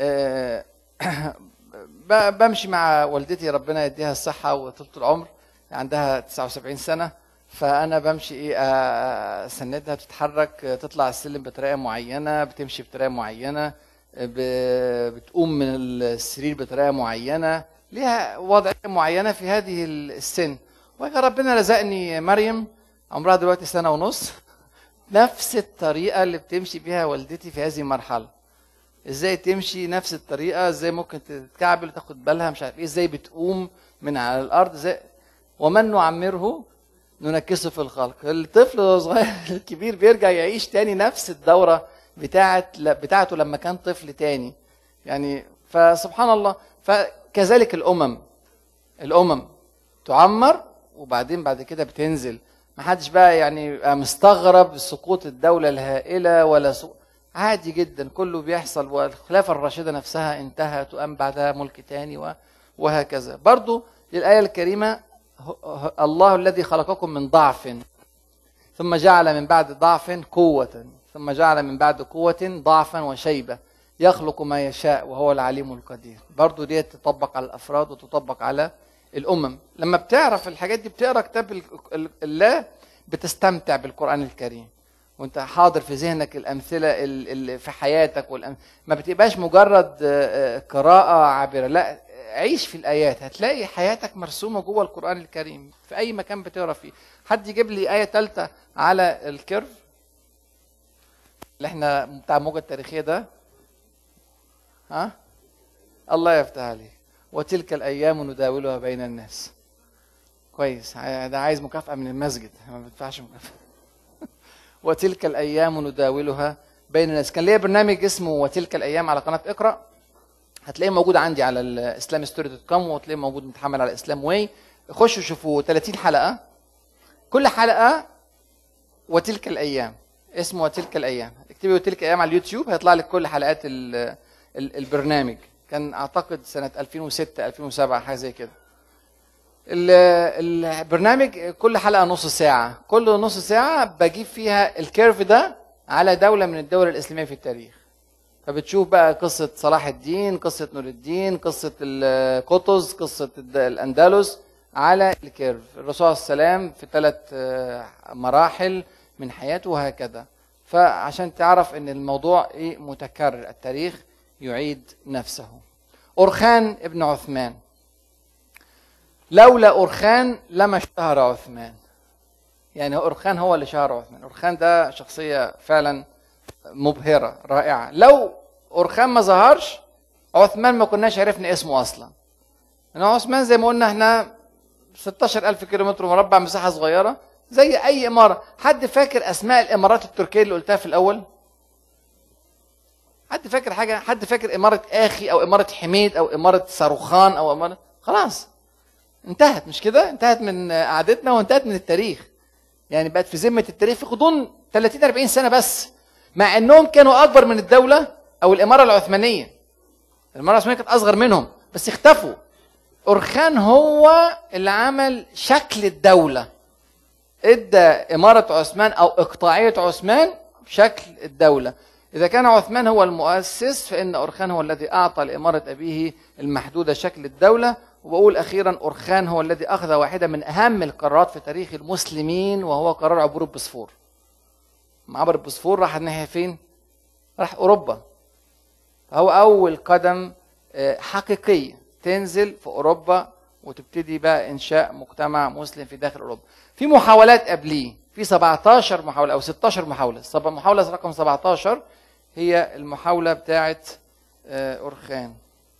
بمشي مع والدتي ربنا يديها الصحه وطولة العمر، عندها 79 سنه، فانا بمشي ايه اسندها، بتتحرك، تطلع السلم بطريقه معينه، بتمشي بطريقه معينه، بتقوم من السرير بطريقه معينه، ليها وضعيه معينه في هذه السن. ربنا رزقني مريم عمرها دلوقتي 1.5 سنة، نفس الطريقه اللي بتمشي بيها والدتي في هذه المرحله. ازاي تمشي نفس الطريقه، ازاي ممكن تتكعبل وتاخد بالها، مش عارف ايه، ازاي بتقوم من على الارض، ازاي. ومن نعمره ننكسه في الخلق. الطفل الصغير الكبير بيرجع يعيش تاني نفس الدوره بتاعته لما كان طفل تاني يعني. فسبحان الله. فكذلك الامم تعمر وبعدين بعد كده بتنزل. ما حدش بقى يعني يبقى مستغرب سقوط الدوله الهائله ولا عادي جدا، كله بيحصل. والخلافه الراشده نفسها انتهت وقام بعدها ملك تاني وهكذا. برضو للايه الكريمه: الله الذي خلقكم من ضعف ثم جعل من بعد ضعف قوة ثم جعل من بعد قوة ضعفا وشيبة يخلق ما يشاء وهو العليم القدير. برضو دي تطبق على الأفراد وتطبق على الأمم. لما بتعرف الحاجات دي بتقرأ كتاب الله بتستمتع بالقرآن الكريم وانت حاضر في ذهنك الأمثلة اللي في حياتك ما بتبقاش مجرد قراءة عابرة، لا، عيش في الآيات، هتلاقي حياتك مرسومة جوه القرآن الكريم في أي مكان بتقرأ فيه. حد يجيب لي آية ثالثة على الكيرف. اللي احنا بتاع الموجة التاريخية ده. ها؟ الله يفتح عليك. وتلك الأيام نداولها بين الناس. كويس، ده عايز مكافأة من المسجد، ما بيدفعش مكافأة. وتلك الأيام نداولها بين الناس. كان ليا برنامج اسمه وتلك الأيام على قناة اقرأ، هتلاقيه موجود عندي على الاسlamstory.com، وهتلاقيه موجود متحمل على اسلام واي. خشوا شوفوا 30 حلقة، كل حلقة وتلك الأيام، اسمه وتلك الأيام. اكتبي وتلك الأيام على اليوتيوب هيطلع لك كل حلقات البرنامج. كان أعتقد سنة 2006 2007 حاجة زي كده. البرنامج كل حلقة نص ساعة، كل نص ساعة بجيب فيها الكيرف ده على دولة من الدول الإسلامية في التاريخ. فبتشوف بقى قصة صلاح الدين، قصة نور الدين، قصة القطز، قصة الأندلس على الكيرف. الرسول صلى الله عليه وسلم في 3 مراحل من حياته وهكذا. فعشان تعرف ان الموضوع ايه متكرر، التاريخ يعيد نفسه. أرخان ابن عثمان، لولا أرخان لما اشتهر عثمان. يعني أرخان هو اللي شهر عثمان. أرخان ده شخصية فعلا مبهرة رائعة. لو أرخان ما ظهرش عثمان ما كناش عرفنا اسمه أصلا. يعني عثمان زي ما قلنا احنا 16,000 كيلومتر مربع، مساحة صغيرة زي أي إمارة. حد فاكر أسماء الإمارات التركية اللي قلتها في الأول؟ حد فاكر حاجة؟ حد فاكر إمارة آخي أو إمارة حميد أو إمارة صاروخان أو إمارة؟ خلاص انتهت، مش كده؟ انتهت من قعدتنا وانتهت من التاريخ. يعني بقت في ذمة التاريخ في غضون 30-40 سنة بس، مع انهم كانوا اكبر من الدولة او الامارة العثمانية. الامارة العثمانية كانت اصغر منهم بس اختفوا. أرخان هو اللي عمل شكل الدولة، ادى امارة عثمان او اقطاعية عثمان شكل الدولة. اذا كان عثمان هو المؤسس فان أرخان هو الذي اعطى لامارة ابيه المحدودة شكل الدولة. وبقول اخيرا أرخان هو الذي اخذ واحدة من اهم القرارات في تاريخ المسلمين، وهو قرار عبور البوسفور. عبر البوسفور راح الناحية فين؟ راح اوروبا. فهو اول قدم حقيقية تنزل في اوروبا وتبتدي بقى انشاء مجتمع مسلم في داخل اوروبا. في محاولات قبليه، في 17 محاولة او 16 محاولة. محاولة رقم 17 هي المحاولة بتاعت أرخان.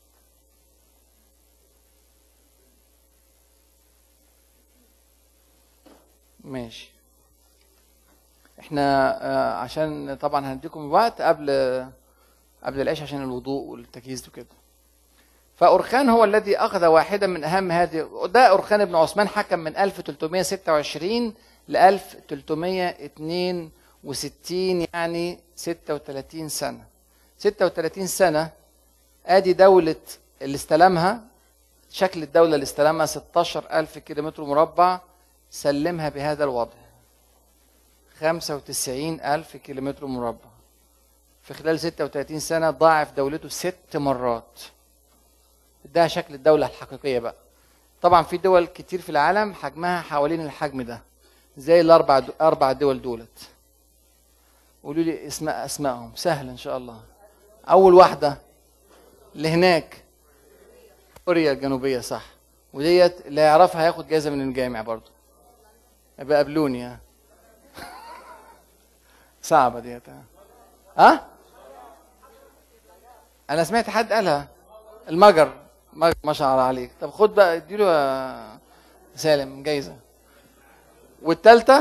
ماشي. احنا عشان طبعا هنديكم وقت قبل العشاء عشان الوضوء والتجهيز وكده. فأرخان هو الذي أخذ واحدة من أهم هذه. ده أرخان ابن عثمان حكم من 1326 ل 1362، يعني 36 سنة. 36 سنة. ادي دولة اللي استلمها، شكل الدولة اللي استلمها 16,000 كيلومتر مربع، سلمها بهذا الوضع 95,000 كيلومتر مربع. في خلال 36 سنة ضاعف دولته 6 مرات. ده شكل الدولة الحقيقية بقى. طبعا في دول كتير في العالم حجمها حوالين الحجم ده، زي الأربع دول دولت. قولوا لي أسمائهم سهل إن شاء الله. أول واحدة اللي هناك كوريا الجنوبية، صح. وديت اللي يعرفها هياخد جايزة من الجامع برضو. يبقى قابلوني. ها صعبة ديت. ها أنا سمعت حد قالها. المجر ما شاء الله عليك. طب خد بقى اديله يا سالم جايزة. والثالثة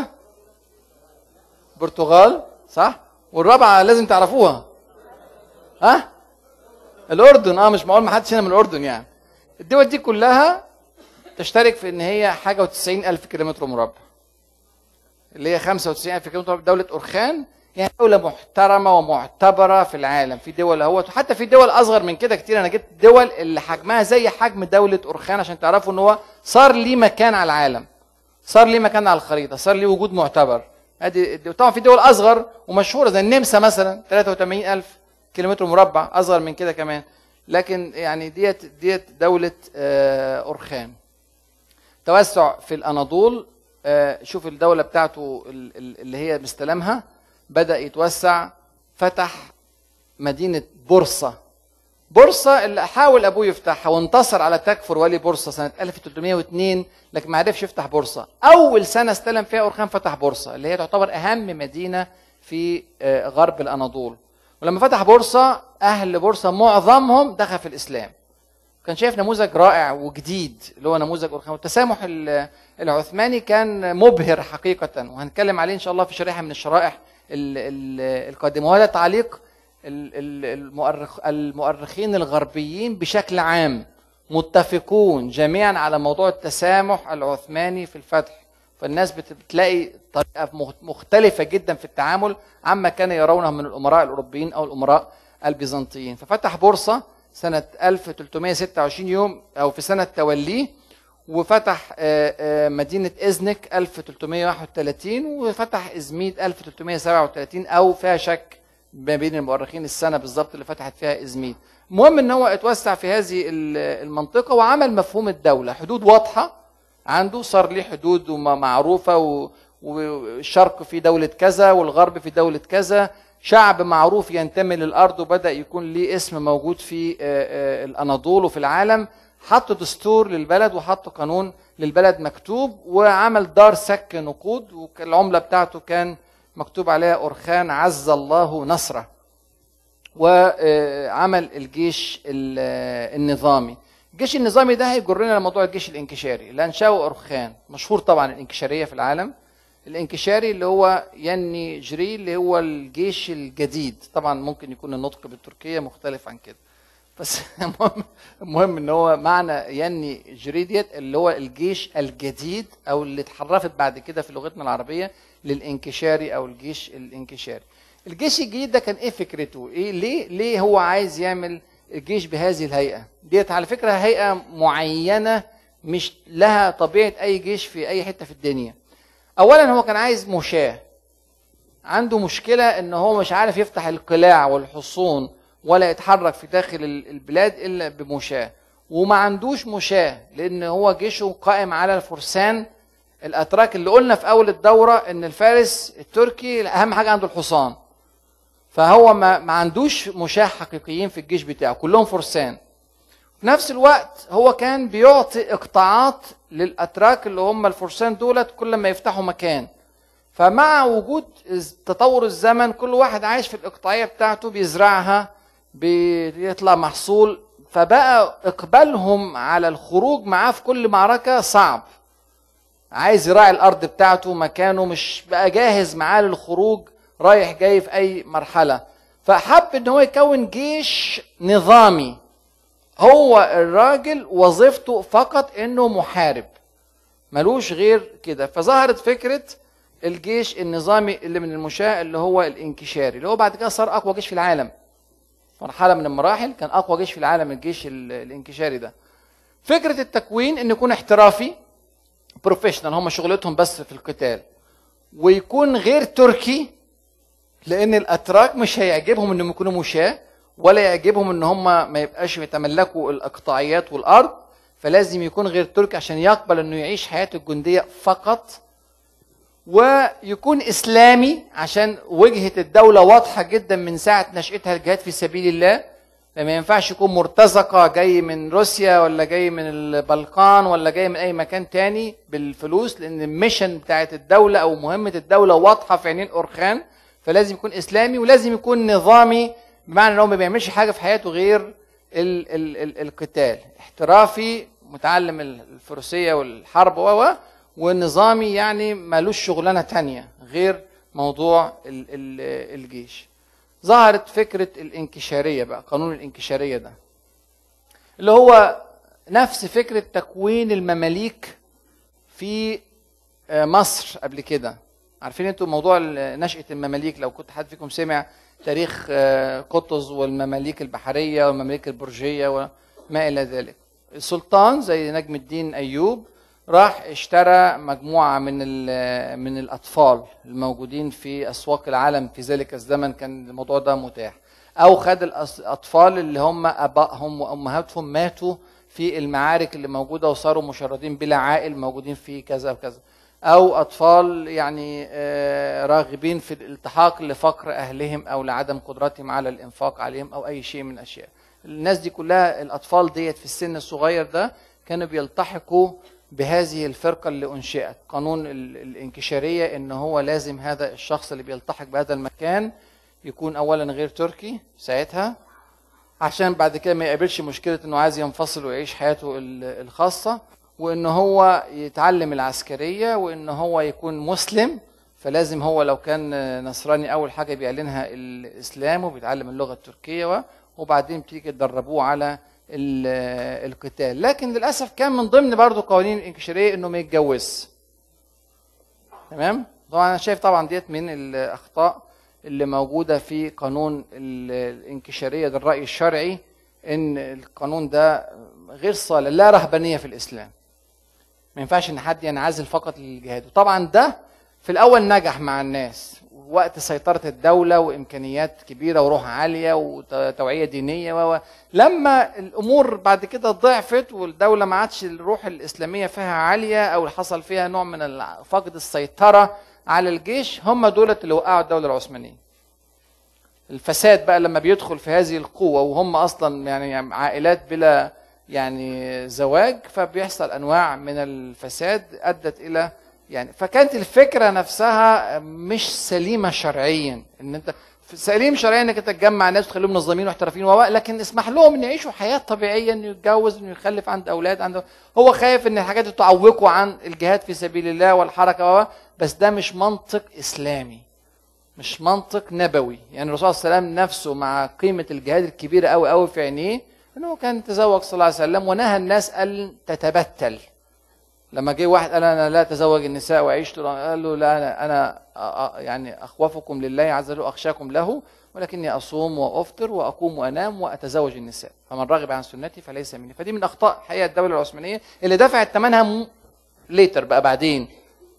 برتغال، صح. والرابعة لازم تعرفوها. ها الأردن. مش معقول ما حدش هنا من الأردن. يعني الدول دي كلها تشترك في ان هي حاجة و90,000 كيلومتر مربع، اللي هي 95,000 كيلومتر مربع. دولة أرخان هي دولة محترمة ومعتبرة في العالم. في دول اهوت، وحتى في دول أصغر من كده كتير. أنا جبت دول اللي حجمها زي حجم دولة أرخان عشان تعرفوا ان هو صار ليه مكان على العالم، صار ليه مكان على الخريطة، صار ليه وجود معتبر. طبعا في دول أصغر ومشهورة زي النمسا مثلا 83,000 كيلومتر مربع، أصغر من كده كمان. لكن يعني ديت دولة أرخان. توسع في الأناضول. شوف الدولة بتاعته اللي هي مستلمها، بدأ يتوسع. فتح مدينة بورصة. بورصة اللي حاول أبوه يفتحها وانتصر على تكفر ولي بورصة سنة 1302، لكن ما عرفش يفتح بورصة. أول سنة استلم فيها أرخان فتح بورصة، اللي هي تعتبر أهم مدينة في غرب الأناضول. ولما فتح بورصة، أهل بورصة معظمهم دخل في الإسلام. كان شايف نموذج رائع وجديد اللي هو نموذج أورخان. والتسامح العثماني كان مبهر حقيقة، وهنتكلم عليه إن شاء الله في شريحة من الشرائح القادمة. وهذا تعليق المؤرخين الغربيين بشكل عام متفقون جميعا على موضوع التسامح العثماني في الفتح. فالناس بتلاقي طريقة مختلفة جدا في التعامل عما كان يرونه من الأمراء الأوروبيين أو الأمراء البيزنطيين. ففتح بورصة سنة 1326 يوم أو في سنة توليه، وفتح مدينة إزنك 1331، وفتح إزميد 1337، أو فيها شك ما بين المؤرخين السنة بالظبط اللي فتحت فيها إزميد. المهم ان هو اتوسع في هذه المنطقة وعمل مفهوم الدولة، حدود واضحة عنده، صار ليه حدود معروفة، والشرق في دولة كذا والغرب في دولة كذا، شعب معروف ينتمي للأرض وبدأ يكون ليه اسم موجود في الأناضول وفي العالم. حط دستور للبلد وحط قانون للبلد مكتوب، وعمل دار سك نقود، والعملة بتاعته كان مكتوب عليها أورخان عز الله نصره. وعمل الجيش النظامي. الجيش النظامي ده هيجرنا لموضوع الجيش الانكشاري اللي انشاه أورخان. مشهور طبعا الانكشارية في العالم. الانكشاري اللي هو يني جري اللي هو الجيش الجديد. طبعا ممكن يكون النطق بالتركية مختلف عن كده، بس المهم ان هو معنى يني جري ديت اللي هو الجيش الجديد، او اللي اتحرفت بعد كده في لغتنا العربية للانكشاري او الجيش الانكشاري. الجيش الجديد ده كان ايه فكرته؟ ايه ليه هو عايز يعمل الجيش بهذه الهيئة؟ ديت على فكرة هيئة معينة مش لها طبيعة اي جيش في اي حتة في الدنيا. اولا هو كان عايز مشاة. عنده مشكلة ان هو مش عارف يفتح القلاع والحصون ولا يتحرك في داخل البلاد الا بمشاة، وما عندوش مشاة لان هو جيشه قائم على الفرسان الاتراك اللي قلنا في اول الدورة ان الفارس التركي اهم حاجة عنده الحصان. فهو ما عندوش مشاة حقيقيين في الجيش بتاعه، كلهم فرسان. في نفس الوقت هو كان بيعطي اقطاعات للاتراك اللي هم الفرسان دولت كل ما يفتحوا مكان. فمع وجود تطور الزمن كل واحد عايش في الاقطاعية بتاعته بيزرعها، بيطلع محصول، فبقى اقبالهم على الخروج معاه في كل معركة صعب. عايز يراعي الارض بتاعته، مكانه مش بقى جاهز معاه للخروج رايح جاي في اي مرحلة. فحب ان هو يكون جيش نظامي، هو الراجل وظيفته فقط انه محارب ملوش غير كده. فظهرت فكرة الجيش النظامي اللي من المشاة اللي هو الانكشاري، اللي هو بعد كده صار اقوى جيش في العالم. مرحلة من المراحل كان اقوى جيش في العالم الجيش الانكشاري ده. فكرة التكوين ان يكون احترافي بروفيشنال، هم شغلتهم بس في القتال، ويكون غير تركي لان الاتراك مش هيعجبهم انهم يكونوا مشاة، ولا يعجبهم ان هم ما يبقاش يتملكوا الاقطاعيات والارض، فلازم يكون غير تركي عشان يقبل انه يعيش حياته الجندية فقط. ويكون اسلامي عشان وجهة الدولة واضحة جدا من ساعة نشأتها الجهاد في سبيل الله. فما ينفعش يكون مرتزقة جاي من روسيا ولا جاي من البلقان ولا جاي من اي مكان تاني بالفلوس، لان الميشن بتاعت الدولة او مهمة الدولة واضحة في عينين أورخان. فلازم يكون اسلامي، ولازم يكون نظامي بمعنى انه ما بيعملش حاجة في حياته غير القتال. احترافي متعلم الفروسية والحرب والنظامي يعني مالوش شغلانة تانية غير موضوع الجيش. ظهرت فكرة الانكشارية بقى، قانون الانكشارية ده اللي هو نفس فكرة تكوين المماليك في مصر قبل كده. عارفين انتوا موضوع نشأة المماليك؟ لو كنت حد فيكم سمع تاريخ قطز والمماليك البحرية والمماليك البرجية وما إلى ذلك. السلطان زي نجم الدين أيوب راح اشترى مجموعة من الأطفال الموجودين في أسواق العالم في ذلك الزمن، كان الموضوع ده متاح. أو خد الأطفال اللي هم أبائهم وأمهاتهم ماتوا في المعارك اللي موجودة وصاروا مشردين بلا عائل موجودين في كذا وكذا، أو أطفال يعني راغبين في الالتحاق لفقر أهلهم أو لعدم قدرتهم على الإنفاق عليهم أو أي شيء من الأشياء. الناس دي كلها الأطفال ديت في السن الصغير ده كانوا بيلتحقوا بهذه الفرقة اللي أنشئت. قانون الانكشارية إن هو لازم هذا الشخص اللي بيلتحق بهذا المكان يكون أولا غير تركي ساعتها، عشان بعد كده ما يقابلش مشكلة إنه عايز ينفصل ويعيش حياته الخاصة، وإن هو يتعلم العسكرية، وإن هو يكون مسلم. فلازم هو لو كان نصراني أول حاجة بيعلنها الإسلام وبيتعلم اللغة التركية، وبعدين بتيجي تدربوه على القتال. لكن للأسف كان من ضمن برضو قوانين الانكشارية إنه ما يتجوز. تمام؟ طبعا أنا شايف طبعا ديت من الأخطاء اللي موجودة في قانون الانكشارية ده، الرأي الشرعي إن القانون ده غير صالح، لا رهبانية في الإسلام. ما ينفعش إن حد ينعزل فقط للجهاد. وطبعا ده في الأول نجح مع الناس وقت سيطرة الدولة وإمكانيات كبيرة وروح عالية وتوعية دينية لما الأمور بعد كده ضعفت والدولة ما عادش الروح الإسلامية فيها عالية، أو حصل فيها نوع من فقد السيطرة على الجيش، هم دولة اللي وقعوا الدولة العثمانية. الفساد بقى لما بيدخل في هذه القوة وهم أصلا يعني عائلات بلا يعني زواج، فبيحصل أنواع من الفساد أدت إلى يعني، فكانت الفكرة نفسها مش سليمة شرعيا. ان انت سليم شرعيا انك تجمع ناس وتخليهم منظمين واحترافيين لكن اسمح لهم ان يعيشوا حياة طبيعية، انه يتجوز، انه يخلف عند اولاد هو خايف ان الحاجات دي تعوقه عن الجهاد في سبيل الله والحركة بس ده مش منطق اسلامي، مش منطق نبوي. يعني الرسول صلى الله عليه وسلم نفسه مع قيمة الجهاد الكبيرة قوي قوي في عينيه انه كان تزوج صلى الله عليه وسلم ونهى الناس ان تتبتل. لما جه واحد قال انا لا اتزوج النساء واعيش، قال له لا انا يعني اخوفكم لله عز وجل اخشاكم له، ولكني اصوم وافطر واقوم وانام واتزوج النساء، فمن رغب عن سنتي فليس مني. فدي من اخطاء حقيقه الدوله العثمانيه اللي دفعت ثمنها ليتر بقى بعدين.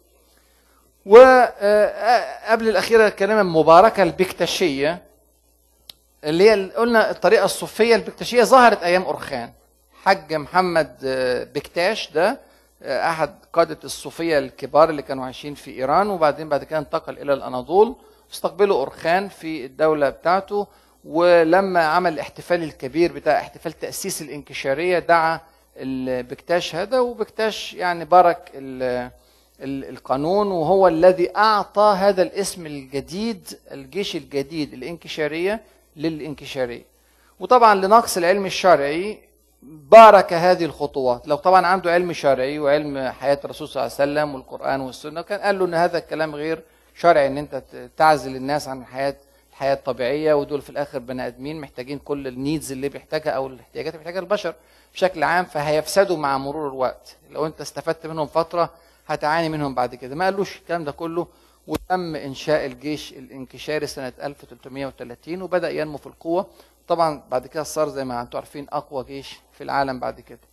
وقبل الاخيره الكلمه المباركه البكتشيه اللي هي قلنا الطريقه الصوفيه البكتشيه ظهرت ايام اورخان. حج محمد بكتاش ده احد قادة الصوفية الكبار اللي كانوا عايشين في ايران، وبعدين بعد كده انتقل الى الاناضول، واستقبلوا اورخان في الدولة بتاعته. ولما عمل الاحتفال الكبير بتاع احتفال تأسيس الانكشارية دعا البكتاش هذا، وبكتاش يعني بارك القانون، وهو الذي اعطى هذا الاسم الجديد، الجيش الجديد الانكشارية للانكشارية. وطبعا لنقص العلم الشرعي بارك هذه الخطوات. لو طبعا عنده علم شرعي وعلم حياة الرسول صلى الله عليه وسلم والقرآن والسنة كان قال له ان هذا الكلام غير شرعي، ان انت تعزل الناس عن الحياة الطبيعية، ودول في الاخر بني ادمين محتاجين كل النيدز اللي بيحتاجها او الاحتياجات اللي بيحتاجها البشر بشكل عام، فهيفسدوا مع مرور الوقت. لو انت استفدت منهم فترة هتعاني منهم بعد كده. ما قالوش الكلام ده كله. وتم انشاء الجيش الانكشاري سنة 1330 وبدأ ينمو في القوة. طبعا بعد كده صار زي ما انتم عارفين اقوى جيش في العالم بعد كده.